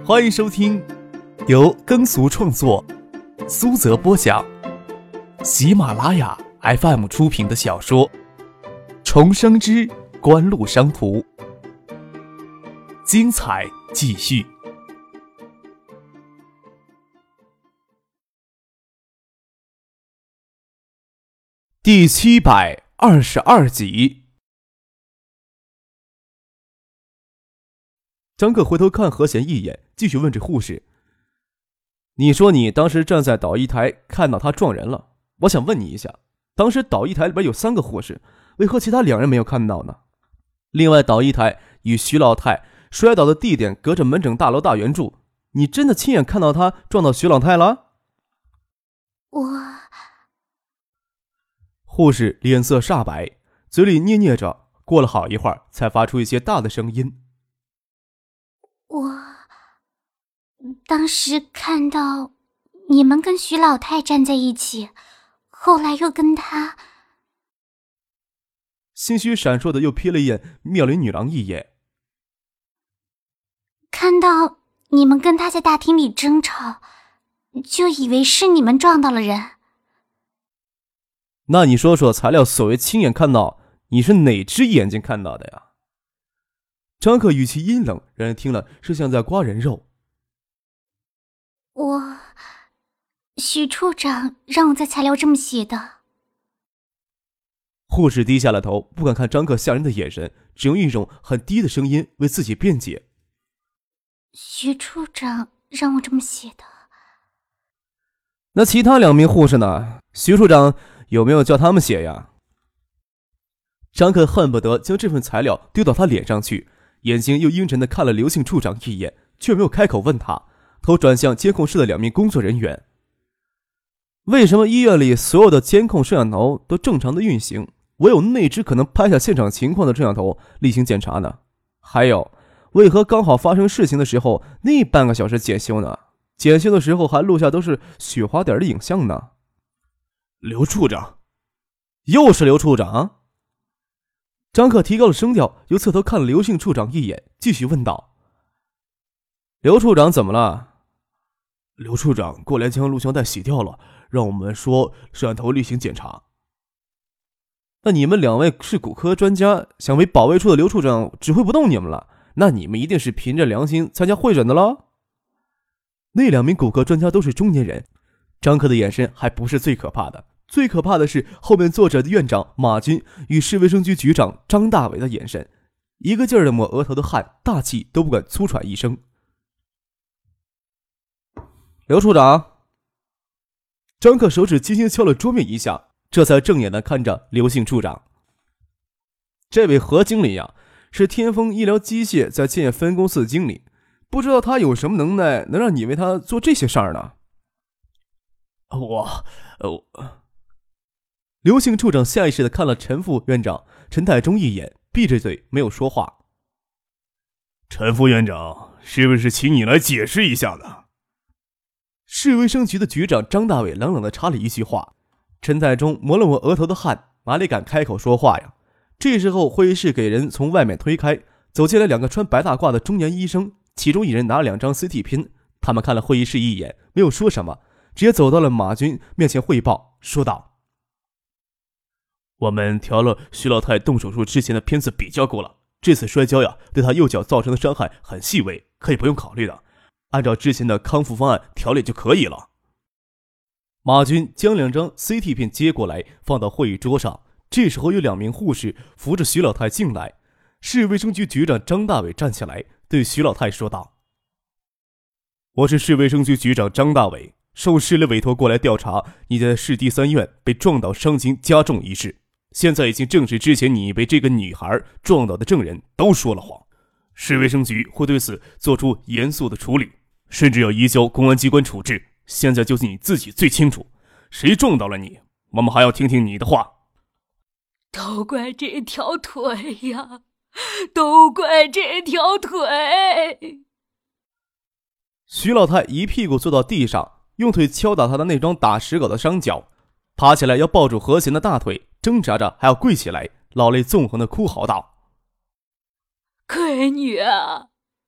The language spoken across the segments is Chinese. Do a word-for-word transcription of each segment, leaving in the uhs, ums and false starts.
欢迎收听由耕俗创作、苏泽播讲、喜马拉雅 F M 出品的小说《重生之官路商途》，精彩继续。第七百二十二集。张克回头看何贤一眼，继续问这护士：“你说你当时站在导医台看到他撞人了，我想问你一下，当时导医台里边有三个护士，为何其他两人没有看到呢？另外，导医台与徐老太摔倒的地点隔着门诊大楼大圆柱，你真的亲眼看到他撞到徐老太了？” 我…… 护士脸色煞白，嘴里捏捏着，过了好一会儿才发出一些大的声音。 我当时看到你们跟徐老太站在一起，后来又跟他…… 心虚闪烁的又瞥了一眼妙龄女郎一眼， 看到你们跟他在大厅里争吵，就以为是你们撞到了人。 那你说说，材料所谓亲眼看到，你是哪只眼睛看到的呀？张克语气阴冷，让人听了是像在刮人肉。 我……徐处长让我在材料这么写的。 护士低下了头，不敢看张克吓人的眼神，只用一种很低的声音为自己辩解：“ 徐处长让我这么写的。” 那其他两名护士呢？徐处长有没有叫他们写呀？张克恨不得将这份材料丢到他脸上去，眼睛又阴沉地看了刘姓处长一眼，却没有开口问他，头转向监控室的两名工作人员：“为什么医院里所有的监控摄像头都正常的运行，唯有那只可能拍下现场情况的摄像头例行检查呢？还有，为何刚好发生事情的时候那半个小时检修呢？检修的时候还录下都是雪花点的影像呢？”刘处长，又是刘处长。张克提高了声调，又侧头看了刘姓处长一眼，继续问道：“刘处长怎么了？”刘处长过来将录像带洗掉了，让我们说摄像头例行检查。那你们两位是骨科专家，想为保卫处的刘处长指挥不动你们了，那你们一定是凭着良心参加会诊的了。那两名骨科专家都是中年人，张克的眼神还不是最可怕的，最可怕的是后面坐着的院长马军与市卫生局局长张大伟的眼神，一个劲儿的抹额头的汗，大气都不敢粗喘一声。刘处长，张克手指轻轻敲了桌面一下，这才正眼的看着刘姓处长。这位何经理呀，是天风医疗机械在建业分公司的经理，不知道他有什么能耐，能让你为他做这些事儿呢？我……呃，刘姓处长下意识地看了陈副院长陈太忠一眼，闭着嘴没有说话。陈副院长，是不是请你来解释一下呢？市卫生局的局长张大伟冷冷地插了一句话。陈太忠抹了抹额头的汗，哪里敢开口说话呀？这时候会议室给人从外面推开，走进来两个穿白大褂的中年医生，其中一人拿了两张 C T 片，他们看了会议室一眼，没有说什么，直接走到了马军面前汇报，说道：“我们调了徐老太动手术之前的片子比较过了，这次摔跤呀，对她右脚造成的伤害很细微，可以不用考虑的，按照之前的康复方案调理就可以了。”马军将两张 C T 片接过来，放到会议桌上。这时候有两名护士扶着徐老太进来，市卫生局局长张大伟站起来，对徐老太说道：“我是市卫生局局长张大伟，受市里委托过来调查你在市第三医院被撞倒伤情加重一事。现在已经证实之前你被这个女孩撞倒的证人都说了谎，市卫生局会对此做出严肃的处理，甚至要移交公安机关处置。现在就是你自己最清楚，谁撞倒了你，我们还要听听你的话。” 都怪这条腿呀，都怪这条腿。 徐老太一屁股坐到地上，用腿敲打他的那双打石膏的伤脚，爬起来要抱住何贤的大腿，挣扎着还要跪起来，老泪纵横的哭嚎道：“ 闺女啊，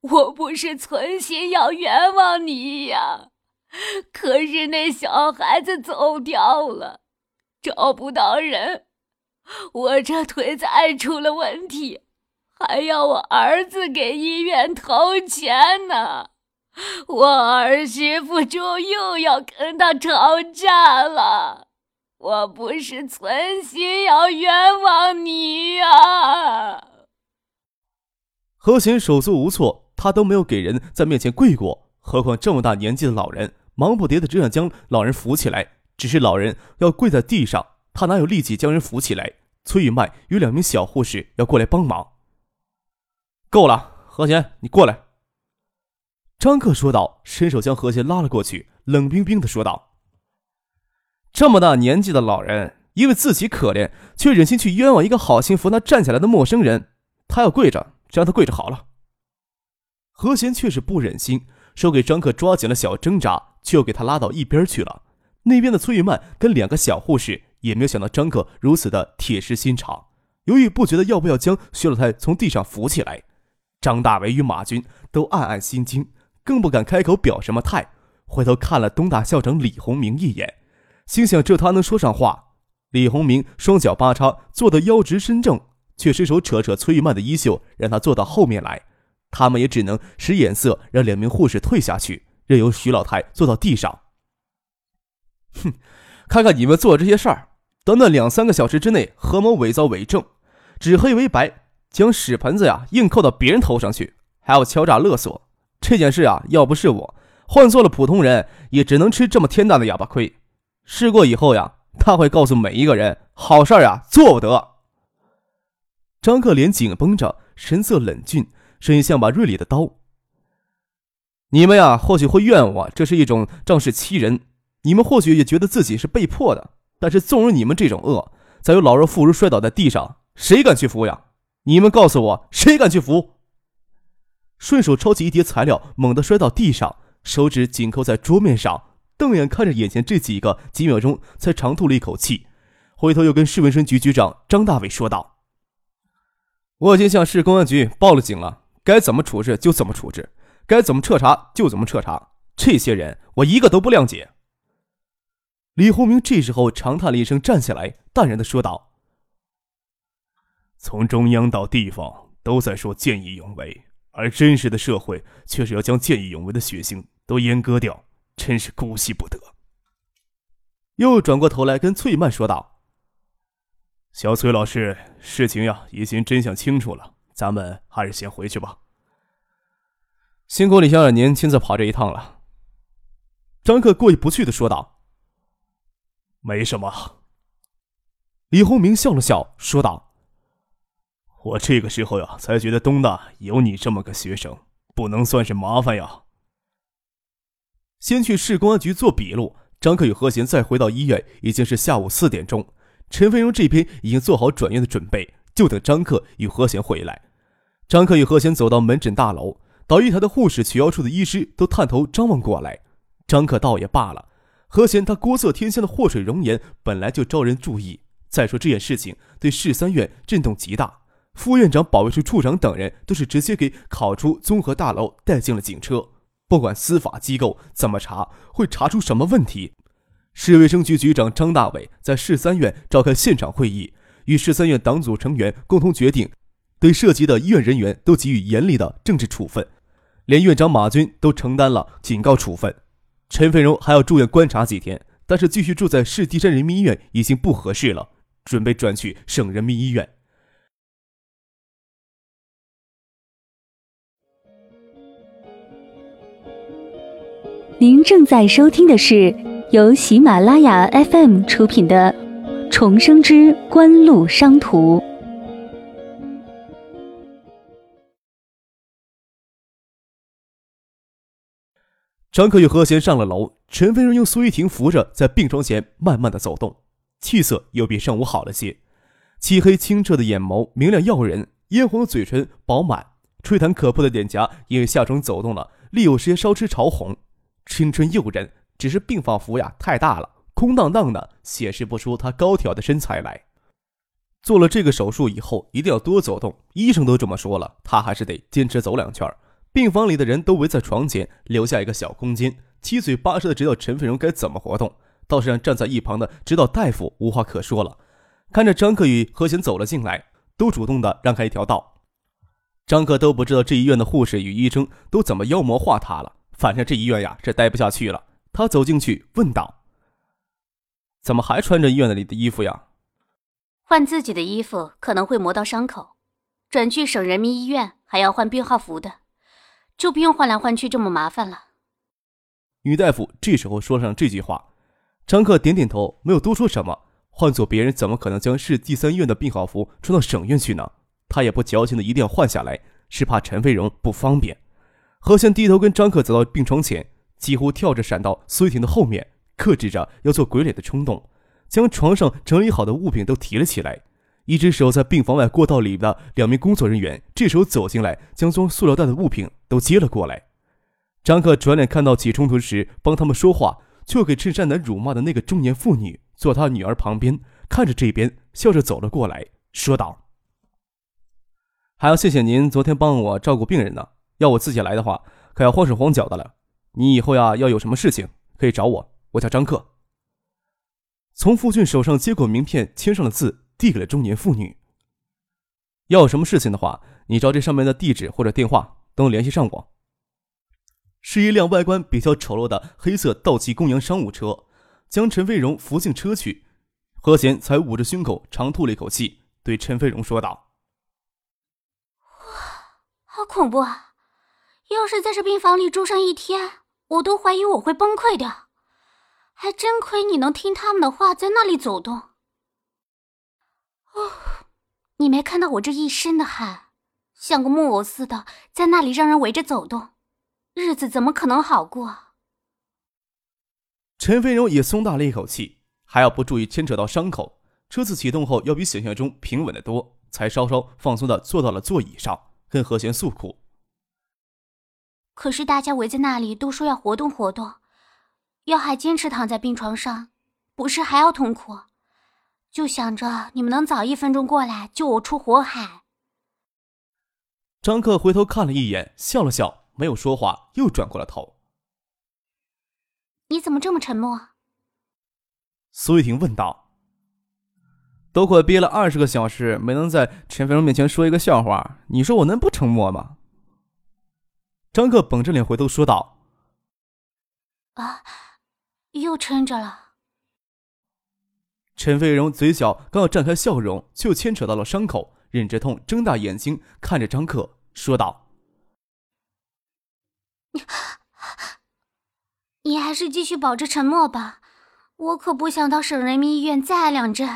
我不是存心要冤枉你呀，可是那小孩子走掉了，找不到人，我这腿再出了问题，还要我儿子给医院投钱呢。我儿媳妇就又要跟他吵架了，我不是存心要冤枉你呀。 何贤手足无措，他都没有给人在面前跪过，何况这么大年纪的老人，忙不迭地这样将老人扶起来。只是老人要跪在地上，他哪有力气将人扶起来？崔玉麦与两名小护士要过来帮忙。够了，何贤，你过来。张克说道，伸手将何贤拉了过去，冷冰冰地说道：这么大年纪的老人，因为自己可怜，却忍心去冤枉一个好心扶他站起来的陌生人，他要跪着，就让他跪着好了。何贤却是不忍心，手给张克抓紧了小挣扎，却又给他拉到一边去了。那边的崔玉曼跟两个小护士也没有想到张克如此的铁石心肠，犹豫不决的要不要将徐老太从地上扶起来。张大为与马军都暗暗心惊，更不敢开口表什么态，回头看了东大校长李洪明一眼，心想这他能说上话。李洪明双脚八叉，坐得腰直身正，却伸手扯扯崔玉曼的衣袖，让他坐到后面来。他们也只能使眼色，让两名护士退下去，任由徐老太坐到地上。哼，看看你们做这些事儿，短短两三个小时之内合谋伪造伪证，指黑为白，将屎盆子呀硬扣到别人头上去，还要敲诈勒索。这件事啊，要不是我，换做了普通人，也只能吃这么天大的哑巴亏。事过以后呀，他会告诉每一个人，好事呀做不得。张克脸紧绷着，神色冷峻，声音像把锐利的刀。你们呀，或许会怨我，这是一种仗势欺人。你们或许也觉得自己是被迫的，但是纵容你们这种恶，再有老弱妇孺摔倒在地上，谁敢去扶呀？你们告诉我，谁敢去扶？顺手抄起一叠材料，猛地摔到地上，手指紧扣在桌面上，瞪眼看着眼前这几个，几秒钟才长吐了一口气，回头又跟市卫生局局长张大伟说道：我已经向市公安局报了警了，该怎么处置就怎么处置，该怎么彻查就怎么彻查，这些人我一个都不谅解。李洪明这时候长叹了一声，站起来，淡然地说道：从中央到地方都在说见义勇为，而真实的社会却是要将见义勇为的血性都阉割掉，真是姑息不得。又转过头来跟翠曼说道：小崔老师，事情呀已经真相清楚了，咱们还是先回去吧。辛苦李校长您亲自跑这一趟了。张克过意不去地说道：没什么。李洪明笑了笑说道：我这个时候呀，才觉得东大有你这么个学生，不能算是麻烦呀。先去市公安局做笔录，张克与何贤再回到医院，已经是下午四点钟。陈飞荣这边已经做好转院的准备，就等张克与何贤回来。张克与何贤走到门诊大楼，导医台的护士、取药处的医师都探头张望过来。张克倒也罢了，何贤他国色天香的祸水容颜本来就招人注意，再说这件事情对市三院震动极大，副院长、保卫处处长等人都是直接给考出综合大楼带进了警车，不管司法机构怎么查，会查出什么问题。市卫生局局长张大伟在市三院召开现场会议，与市三院党组成员共同决定，对涉及的医院人员都给予严厉的政治处分，连院长马军都承担了警告处分。陈飞荣还要住院观察几天，但是继续住在市第三人民医院已经不合适了，准备转去省人民医院。 您正在收听的是由喜马拉雅 F M 出品的《重生之官路商途》。 张克与何贤上了楼，陈飞荣用苏玉婷扶着在病床前慢慢的走动，气色又比上午好了些。漆黑清澈的眼眸明亮耀人，嫣红的嘴唇饱满，吹弹可破的脸颊因为下床走动了，力有些稍吃潮红，青春诱人，只是病房服呀太大了，空荡荡的，显示不出她高挑的身材来。做了这个手术以后，一定要多走动，医生都这么说了，她还是得坚持走两圈， 病房里的人都围在床前，留下一个小空间，七嘴八舌的指导陈飞荣该怎么活动，倒是让站在一旁的指导大夫无话可说了。看着张克与何贤走了进来，都主动的让开一条道。张克都不知道这医院的护士与医生都怎么妖魔化他了，反正这医院呀是待不下去了。他走进去问道：怎么还穿着医院里的衣服呀？ 换自己的衣服可能会磨到伤口，转去省人民医院还要换病号服的，就不用换来换去这么麻烦了。 女大夫这时候说上这句话，张克点点头，没有多说什么。换做别人怎么可能将市第三医院的病号服穿到省院去呢？他也不矫情的一定要换下来，是怕陈飞荣不方便。何贤低头跟张克走到病床前，几乎跳着闪到苏玉婷的后面，克制着要做鬼脸的冲动，将床上整理好的物品都提了起来。一只手在病房外过道里的两名工作人员这时候走进来，将装塑料袋的物品都接了过来。张克转脸看到起冲突时帮他们说话却给衬衫男辱骂的那个中年妇女坐他女儿旁边，看着这边笑着走了过来，说道：还要谢谢您昨天帮我照顾病人呢，要我自己来的话可要慌手慌脚的了。你以后呀要有什么事情可以找我，我叫张克。从父俊手上接过名片，签上了字，递给了中年妇女。要有什么事情的话，你照这上面的地址或者电话都能联系上我。是一辆外观比较丑陋的黑色道奇公羊商务车，将陈飞荣扶进车去。何贤才捂着胸口长吐了一口气，对陈飞荣说道： 哇，好恐怖啊！要是在这病房里住上一天，我都怀疑我会崩溃的。还真亏你能听他们的话，在那里走动。哦，你没看到我这一身的汗，像个木偶似的在那里让人围着走动，日子怎么可能好过？ 陈飞荣也松大了一口气，还要不注意牵扯到伤口。车子启动后要比想象中平稳得多，才稍稍放松地坐到了座椅上，跟何贤诉苦。 可是大家围在那里都说要活动活动，要还坚持躺在病床上，不是还要痛苦？就想着你们能早一分钟过来救我出火海。 张克回头看了一眼，笑了笑，没有说话，又转过了头。 你怎么这么沉默？ 苏玉婷问道。都快憋了二十个小时，没能在陈飞荣面前说一个笑话，你说我能不沉默吗？张克绷着脸回头说道： 啊，又撑着了。 陈飞荣嘴角刚要绽开笑容，就牵扯到了伤口，忍着痛睁大眼睛看着张克说道： 你还是继续保持沉默吧，我可不想到省人民医院再挨两针。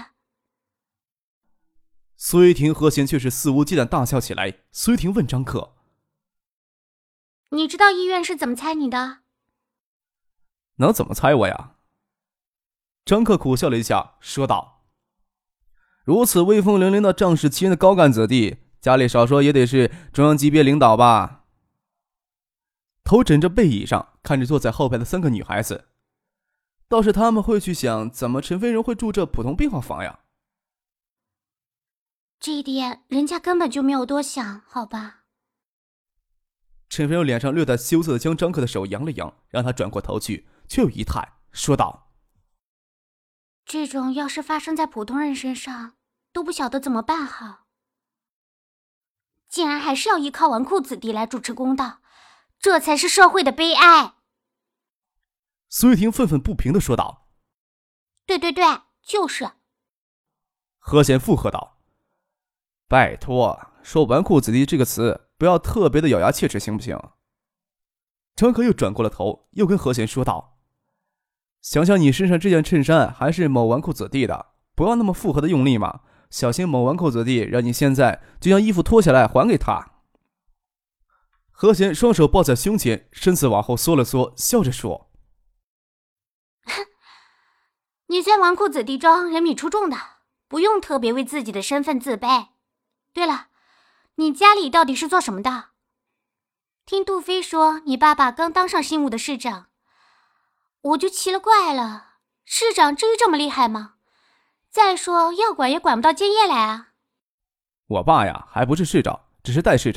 苏玉婷和贤却是肆无忌惮大笑起来。苏玉婷问张克： 你知道医院是怎么猜你的？ 能怎么猜我呀？张克苦笑了一下说道：如此威风凛凛的仗势欺人的高干子弟，家里少说也得是中央级别领导吧。头枕着背椅上看着坐在后排的三个女孩子，倒是他们会去想怎么陈飞荣会住这普通病号房呀。 这一点人家根本就没有多想，好吧。 陈飞荣脸上略带羞涩的将张克的手扬了扬，让他转过头去，却又一叹说道： 这种要是发生在普通人身上，都不晓得怎么办好。竟然还是要依靠纨绔子弟来主持公道，这才是社会的悲哀。 苏玉婷愤愤不平地说道： 对对对，就是。 何贤附和道：拜托，说纨绔子弟这个词不要特别的咬牙切齿行不行？张克又转过了头，又跟何贤说道：想想你身上这件衬衫还是某纨绔子弟的，不要那么附和的用力嘛，小心某纨绔子弟让你现在就将衣服脱下来还给他。何贤双手抱在胸前，身子往后缩了缩，笑着说： 你在纨绔子弟中人品出众的，不用特别为自己的身份自卑。对了，你家里到底是做什么的？听杜飞说你爸爸刚当上新武的市长，我就奇了怪了，市长至于这么厉害吗？再说要管也管不到建业来啊。 我爸呀还不是市长，只是代市长，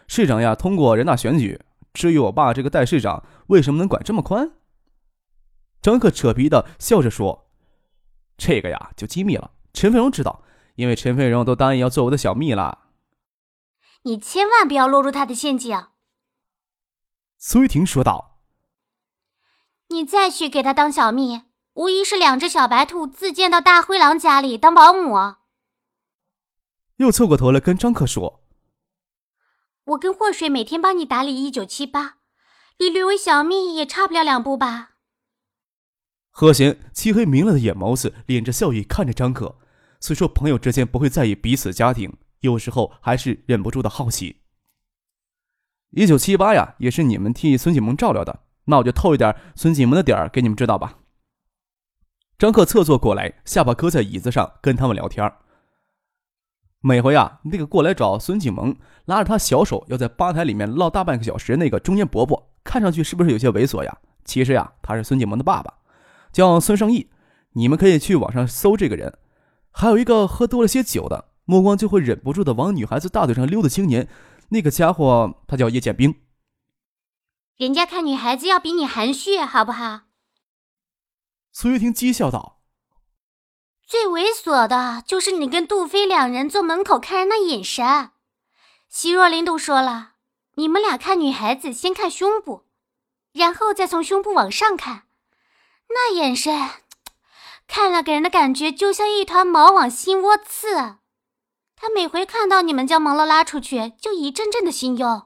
市长呀通过人大选举，至于我爸这个代市长为什么能管这么宽？张克扯皮的笑着说：“这个呀就机密了，陈飞荣知道，因为陈飞荣都答应要做我的小蜜了。” 你千万不要落入他的陷阱。 苏玉婷说道：“ 你再去给他当小蜜，无疑是两只小白兔自荐到大灰狼家里当保姆。” 又凑过头来跟张克说：“ 我跟祸水每天帮你打理一九七八，离略为小蜜也差不了两步吧。” 何贤漆黑明亮的眼眸子敛着笑意看着张克，虽说朋友之间不会在意彼此家庭，有时候还是忍不住的好奇。一九七八呀，也是你们替孙锦萌照料的，那我就透一点孙锦萌的点儿给你们知道吧。张克侧坐过来，下巴搁在椅子上跟他们聊天。每回啊，那个过来找孙锦萌，拉着他小手要在吧台里面唠大半个小时那个中年伯伯，看上去是不是有些猥琐呀？其实呀，他是孙锦萌的爸爸，叫孙胜义，你们可以去网上搜这个人。还有一个喝多了些酒的，目光就会忍不住的往女孩子大腿上溜的青年，那个家伙他叫叶剑兵。 人家看女孩子要比你含蓄好不好？ 苏玉婷讥笑道：“ 最猥琐的就是你跟杜飞两人坐门口看人的眼神。奚若琳都说了，你们俩看女孩子先看胸部，然后再从胸部往上看，那眼神看了给人的感觉就像一团毛往心窝刺。他每回看到你们将蒙了拉出去，就一阵阵的心忧。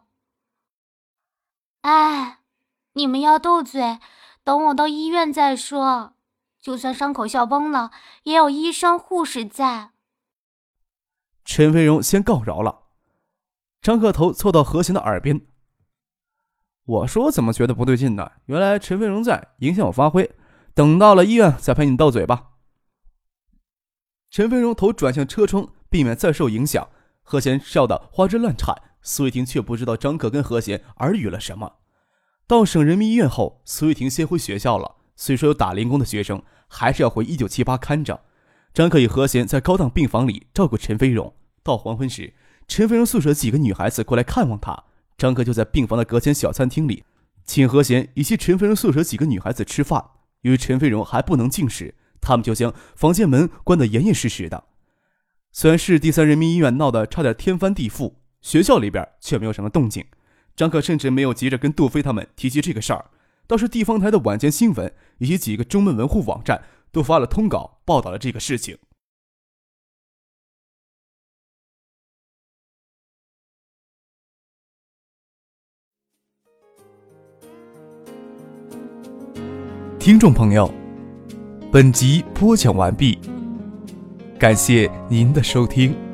哎，你们要斗嘴，等我到医院再说。就算伤口笑崩了，也有医生护士在。” 陈飞荣先告饶了。张克头凑到何贤的耳边：“我说怎么觉得不对劲呢？原来陈飞荣在，影响我发挥。等到了医院再陪你斗嘴吧。”陈飞荣头转向车窗，避免再受影响。何贤笑得花枝乱颤，苏玉婷却不知道张克跟何贤耳语了什么。到省人民医院后，苏玉婷先回学校了。虽说有打零工的学生，还是要回一九七八看着。张克与何贤在高档病房里照顾陈飞荣。到黄昏时，陈飞荣宿舍几个女孩子过来看望他，张克就在病房的隔间小餐厅里请何贤以及陈飞荣宿舍几个女孩子吃饭。由于陈飞荣还不能进食，他们就将房间门关得严严实实的。虽然市第三人民医院闹得差点天翻地覆，学校里边却没有什么动静。张克甚至没有急着跟杜飞他们提及这个事儿，倒是地方台的晚间新闻以及几个中文文户网站都发了通稿报道了这个事情。听众朋友，本集播讲完毕，感谢您的收听。